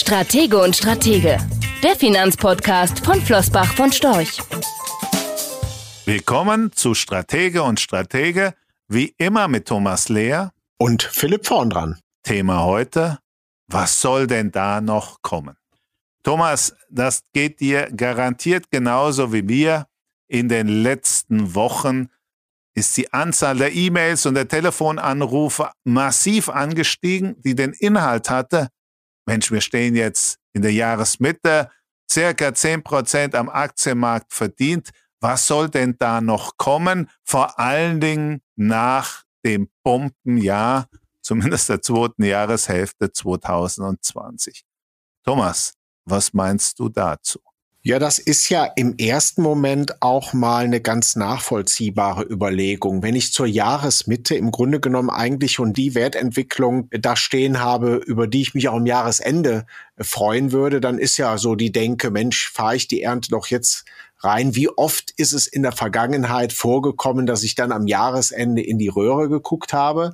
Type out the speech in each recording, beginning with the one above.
Stratege und Stratege, der Finanzpodcast von Flossbach von Storch. Willkommen zu Stratege und Stratege, wie immer mit Thomas Lehr und Philipp Vorndran. Thema heute: Was soll denn da noch kommen? Thomas, das geht dir garantiert genauso wie mir. In den letzten Wochen ist die Anzahl der E-Mails und der Telefonanrufe massiv angestiegen, die den Inhalt hatte: Mensch, wir stehen jetzt in der Jahresmitte, circa 10% am Aktienmarkt verdient. Was soll denn da noch kommen? Vor allen Dingen nach dem Bombenjahr, zumindest der zweiten Jahreshälfte 2020. Thomas, was meinst du dazu? Ja, das ist ja im ersten Moment auch mal eine ganz nachvollziehbare Überlegung. Wenn ich zur Jahresmitte im Grunde genommen eigentlich schon die Wertentwicklung da stehen habe, über die ich mich auch am Jahresende freuen würde, dann ist ja so die Denke, Mensch, fahre ich die Ernte doch jetzt rein. Wie oft ist es in der Vergangenheit vorgekommen, dass ich dann am Jahresende in die Röhre geguckt habe?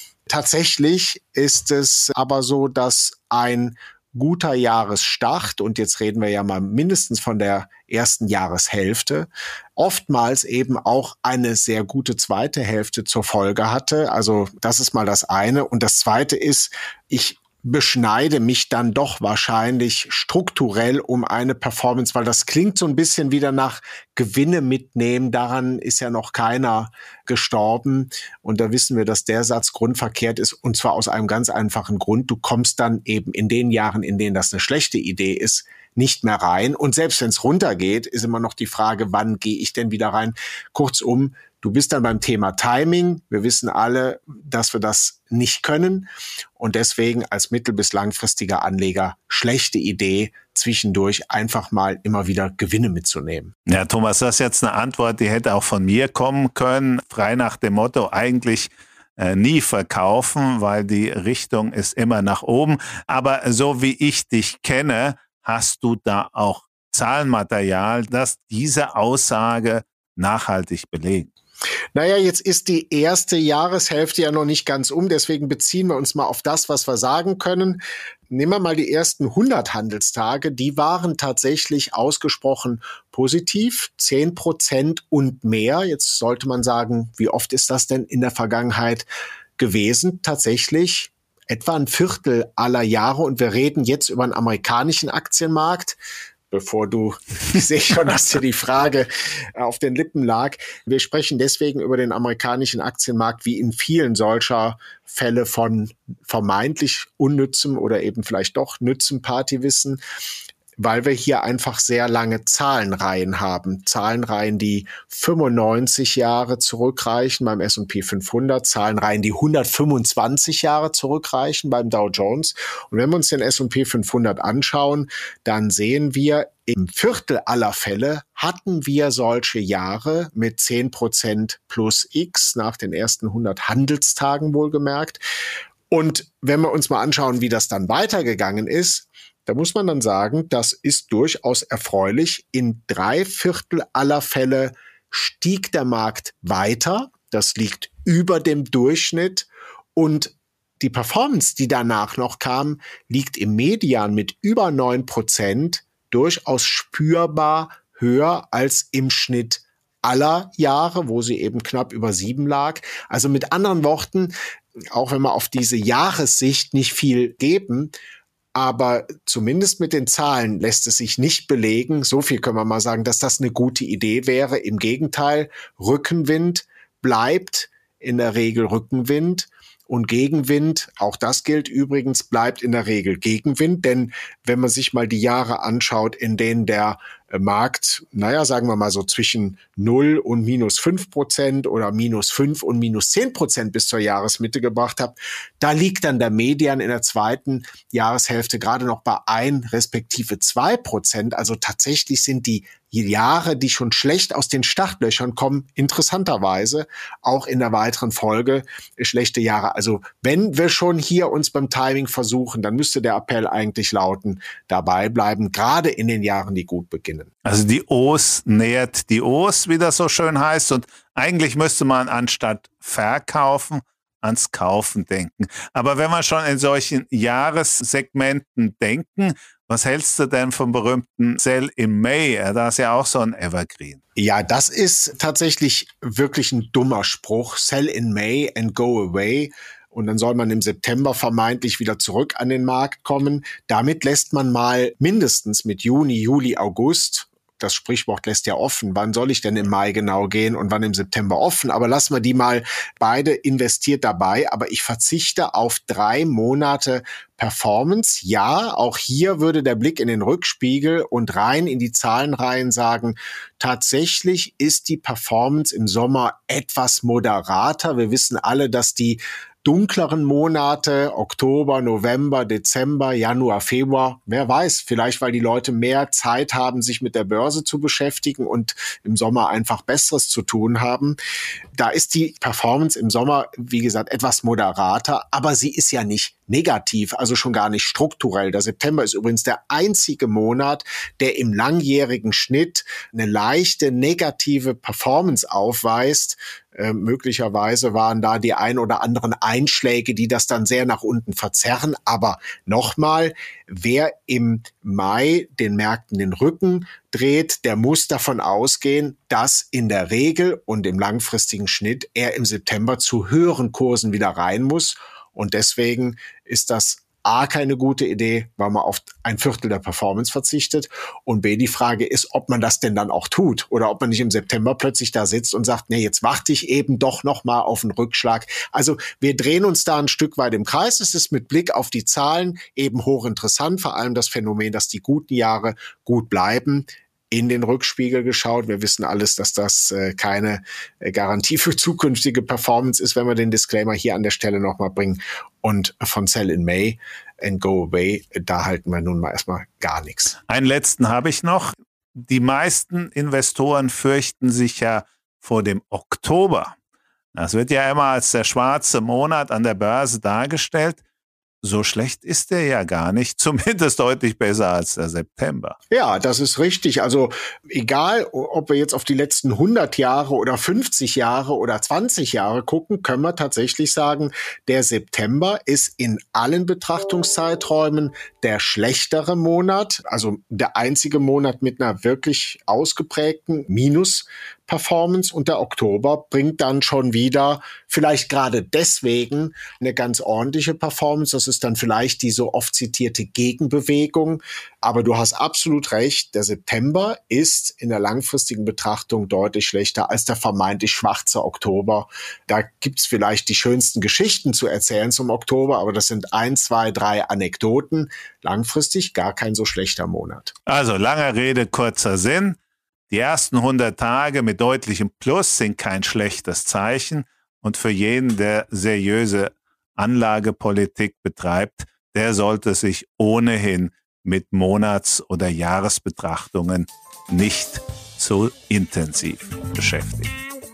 Tatsächlich ist es aber so, dass ein guter Jahresstart, und jetzt reden wir ja mal mindestens von der ersten Jahreshälfte, oftmals eben auch eine sehr gute zweite Hälfte zur Folge hatte. Also das ist mal das eine. Und das zweite ist, ich beschneide mich dann doch wahrscheinlich strukturell um eine Performance, weil das klingt so ein bisschen wieder nach Gewinne mitnehmen. Daran ist ja noch keiner gestorben. Und da wissen wir, dass der Satz grundverkehrt ist. Und zwar aus einem ganz einfachen Grund. Du kommst dann eben in den Jahren, in denen das eine schlechte Idee ist, nicht mehr rein. Und selbst wenn es runtergeht, ist immer noch die Frage, wann gehe ich denn wieder rein? Kurzum, du bist dann beim Thema Timing. Wir wissen alle, dass wir das nicht können. Und deswegen als mittel- bis langfristiger Anleger schlechte Idee, zwischendurch einfach mal immer wieder Gewinne mitzunehmen. Ja, Thomas, das ist jetzt eine Antwort, die hätte auch von mir kommen können. Frei nach dem Motto, eigentlich nie verkaufen, weil die Richtung ist immer nach oben. Aber so wie ich dich kenne, hast du da auch Zahlenmaterial, das diese Aussage nachhaltig belegt. Naja, jetzt ist die erste Jahreshälfte ja noch nicht ganz um, deswegen beziehen wir uns mal auf das, was wir sagen können. Nehmen wir mal die ersten 100 Handelstage, die waren tatsächlich ausgesprochen positiv, 10% und mehr. Jetzt sollte man sagen, wie oft ist das denn in der Vergangenheit gewesen? Tatsächlich etwa ein Viertel aller Jahre, und wir reden jetzt über den amerikanischen Aktienmarkt. Bevor ich sehe schon, dass dir die Frage auf den Lippen lag. Wir sprechen deswegen über den amerikanischen Aktienmarkt wie in vielen solcher Fälle von vermeintlich unnützem oder eben vielleicht doch nützem Partywissen, weil wir hier einfach sehr lange Zahlenreihen haben. Zahlenreihen, die 95 Jahre zurückreichen beim S&P 500, Zahlenreihen, die 125 Jahre zurückreichen beim Dow Jones. Und wenn wir uns den S&P 500 anschauen, dann sehen wir, im Viertel aller Fälle hatten wir solche Jahre mit 10% plus X nach den ersten 100 Handelstagen wohlgemerkt. Und wenn wir uns mal anschauen, wie das dann weitergegangen ist, da muss man dann sagen, das ist durchaus erfreulich. In 3/4 aller Fälle stieg der Markt weiter. Das liegt über dem Durchschnitt. Und die Performance, die danach noch kam, liegt im Median mit über 9% durchaus spürbar höher als im Schnitt aller Jahre, wo sie eben knapp über 7 lag. Also mit anderen Worten, auch wenn wir auf diese Jahressicht nicht viel geben, aber zumindest mit den Zahlen lässt es sich nicht belegen, so viel können wir mal sagen, dass das eine gute Idee wäre. Im Gegenteil, Rückenwind bleibt in der Regel Rückenwind. Und Gegenwind, auch das gilt übrigens, bleibt in der Regel Gegenwind. Denn wenn man sich mal die Jahre anschaut, in denen der Markt, sagen wir mal so zwischen 0 und -5% oder -5 und -10% bis zur Jahresmitte gebracht hat, da liegt dann der Median in der zweiten Jahreshälfte gerade noch bei 1 respektive 2%. Also tatsächlich sind die Jahre, die schon schlecht aus den Startlöchern kommen, interessanterweise auch in der weiteren Folge schlechte Jahre. Also wenn wir schon hier uns beim Timing versuchen, dann müsste der Appell eigentlich lauten, dabei bleiben, gerade in den Jahren, die gut beginnen. Also die Os nährt die Os, wie das so schön heißt. Und eigentlich müsste man anstatt verkaufen ans Kaufen denken. Aber wenn wir schon in solchen Jahressegmenten denken, was hältst du denn vom berühmten Sell in May? Da ist ja auch so ein Evergreen. Ja, das ist tatsächlich wirklich ein dummer Spruch. Sell in May and go away. Und dann soll man im September vermeintlich wieder zurück an den Markt kommen. Damit lässt man mal mindestens mit Juni, Juli, August, das Sprichwort lässt ja offen, wann soll ich denn im Mai genau gehen und wann im September offen, aber lassen wir die mal beide investiert dabei, aber ich verzichte auf 3 Monate Performance. Ja, auch hier würde der Blick in den Rückspiegel und rein in die Zahlenreihen sagen, tatsächlich ist die Performance im Sommer etwas moderater. Wir wissen alle, dass die dunkleren Monate, Oktober, November, Dezember, Januar, Februar, wer weiß, vielleicht weil die Leute mehr Zeit haben, sich mit der Börse zu beschäftigen und im Sommer einfach Besseres zu tun haben. Da ist die Performance im Sommer, wie gesagt, etwas moderater, aber sie ist ja nicht negativ, also schon gar nicht strukturell. Der September ist übrigens der einzige Monat, der im langjährigen Schnitt eine leichte negative Performance aufweist. Möglicherweise waren da die ein oder anderen Einschläge, die das dann sehr nach unten verzerren. Aber nochmal, wer im Mai den Märkten den Rücken dreht, der muss davon ausgehen, dass in der Regel und im langfristigen Schnitt er im September zu höheren Kursen wieder rein muss. Und deswegen ist das A, keine gute Idee, weil man auf 1/4 der Performance verzichtet. Und B, die Frage ist, ob man das denn dann auch tut oder ob man nicht im September plötzlich da sitzt und sagt, nee, jetzt warte ich eben doch noch mal auf einen Rückschlag. Also wir drehen uns da ein Stück weit im Kreis. Es ist mit Blick auf die Zahlen eben hochinteressant, vor allem das Phänomen, dass die guten Jahre gut bleiben. In den Rückspiegel geschaut. Wir wissen alles, dass das keine Garantie für zukünftige Performance ist, wenn wir den Disclaimer hier an der Stelle nochmal bringen. Und von Sell in May and go away, da halten wir nun mal erstmal gar nichts. Einen letzten habe ich noch. Die meisten Investoren fürchten sich ja vor dem Oktober. Das wird ja immer als der schwarze Monat an der Börse dargestellt. So schlecht ist der ja gar nicht, zumindest deutlich besser als der September. Ja, das ist richtig. Also egal, ob wir jetzt auf die letzten 100 Jahre oder 50 Jahre oder 20 Jahre gucken, können wir tatsächlich sagen, der September ist in allen Betrachtungszeiträumen der schlechtere Monat, also der einzige Monat mit einer wirklich ausgeprägten Minus-Performance, und der Oktober bringt dann schon wieder, vielleicht gerade deswegen, eine ganz ordentliche Performance. Das ist dann vielleicht die so oft zitierte Gegenbewegung. Aber du hast absolut recht, der September ist in der langfristigen Betrachtung deutlich schlechter als der vermeintlich schwarze Oktober. Da gibt's vielleicht die schönsten Geschichten zu erzählen zum Oktober, aber das sind 1, 2, 3 Anekdoten. Langfristig gar kein so schlechter Monat. Also lange Rede, kurzer Sinn. Die ersten 100 Tage mit deutlichem Plus sind kein schlechtes Zeichen. Und für jeden, der seriöse Anlagepolitik betreibt, der sollte sich ohnehin mit Monats- oder Jahresbetrachtungen nicht so intensiv beschäftigen.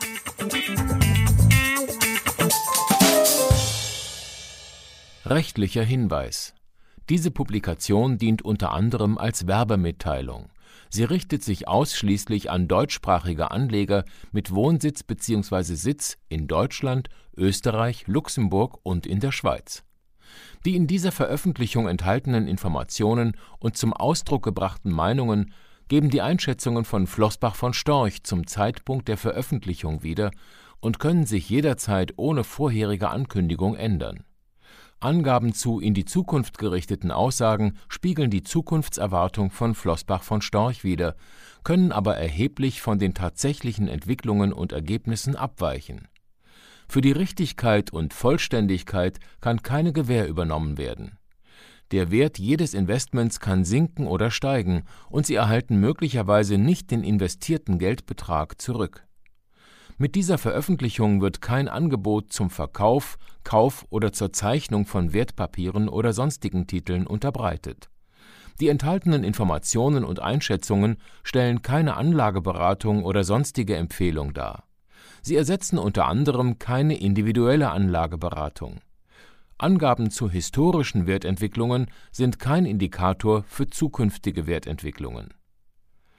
Rechtlicher Hinweis. Diese Publikation dient unter anderem als Werbemitteilung. Sie richtet sich ausschließlich an deutschsprachige Anleger mit Wohnsitz bzw. Sitz in Deutschland, Österreich, Luxemburg und in der Schweiz. Die in dieser Veröffentlichung enthaltenen Informationen und zum Ausdruck gebrachten Meinungen geben die Einschätzungen von Flossbach von Storch zum Zeitpunkt der Veröffentlichung wieder und können sich jederzeit ohne vorherige Ankündigung ändern. Angaben zu in die Zukunft gerichteten Aussagen spiegeln die Zukunftserwartung von Flossbach von Storch wider, können aber erheblich von den tatsächlichen Entwicklungen und Ergebnissen abweichen. Für die Richtigkeit und Vollständigkeit kann keine Gewähr übernommen werden. Der Wert jedes Investments kann sinken oder steigen und Sie erhalten möglicherweise nicht den investierten Geldbetrag zurück. Mit dieser Veröffentlichung wird kein Angebot zum Verkauf, Kauf oder zur Zeichnung von Wertpapieren oder sonstigen Titeln unterbreitet. Die enthaltenen Informationen und Einschätzungen stellen keine Anlageberatung oder sonstige Empfehlung dar. Sie ersetzen unter anderem keine individuelle Anlageberatung. Angaben zu historischen Wertentwicklungen sind kein Indikator für zukünftige Wertentwicklungen.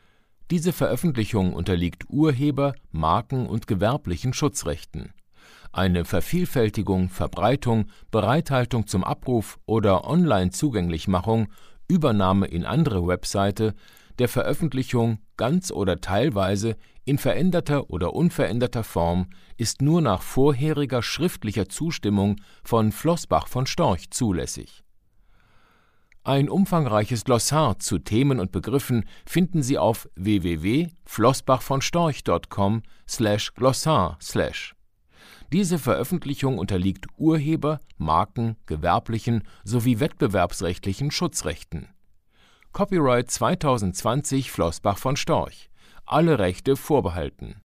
Diese Veröffentlichung unterliegt Urheber-, Marken- und gewerblichen Schutzrechten. Eine Vervielfältigung, Verbreitung, Bereithaltung zum Abruf oder Online-Zugänglichmachung, Übernahme in andere Webseite, der Veröffentlichung ganz oder teilweise in veränderter oder unveränderter Form ist nur nach vorheriger schriftlicher Zustimmung von Floßbach von Storch zulässig. Ein umfangreiches Glossar zu Themen und Begriffen finden Sie auf www.floßbachvonstorch.com/Glossar/. Diese Veröffentlichung unterliegt Urheber-, Marken-, gewerblichen sowie wettbewerbsrechtlichen Schutzrechten. Copyright 2020 Floßbach von Storch. Alle Rechte vorbehalten.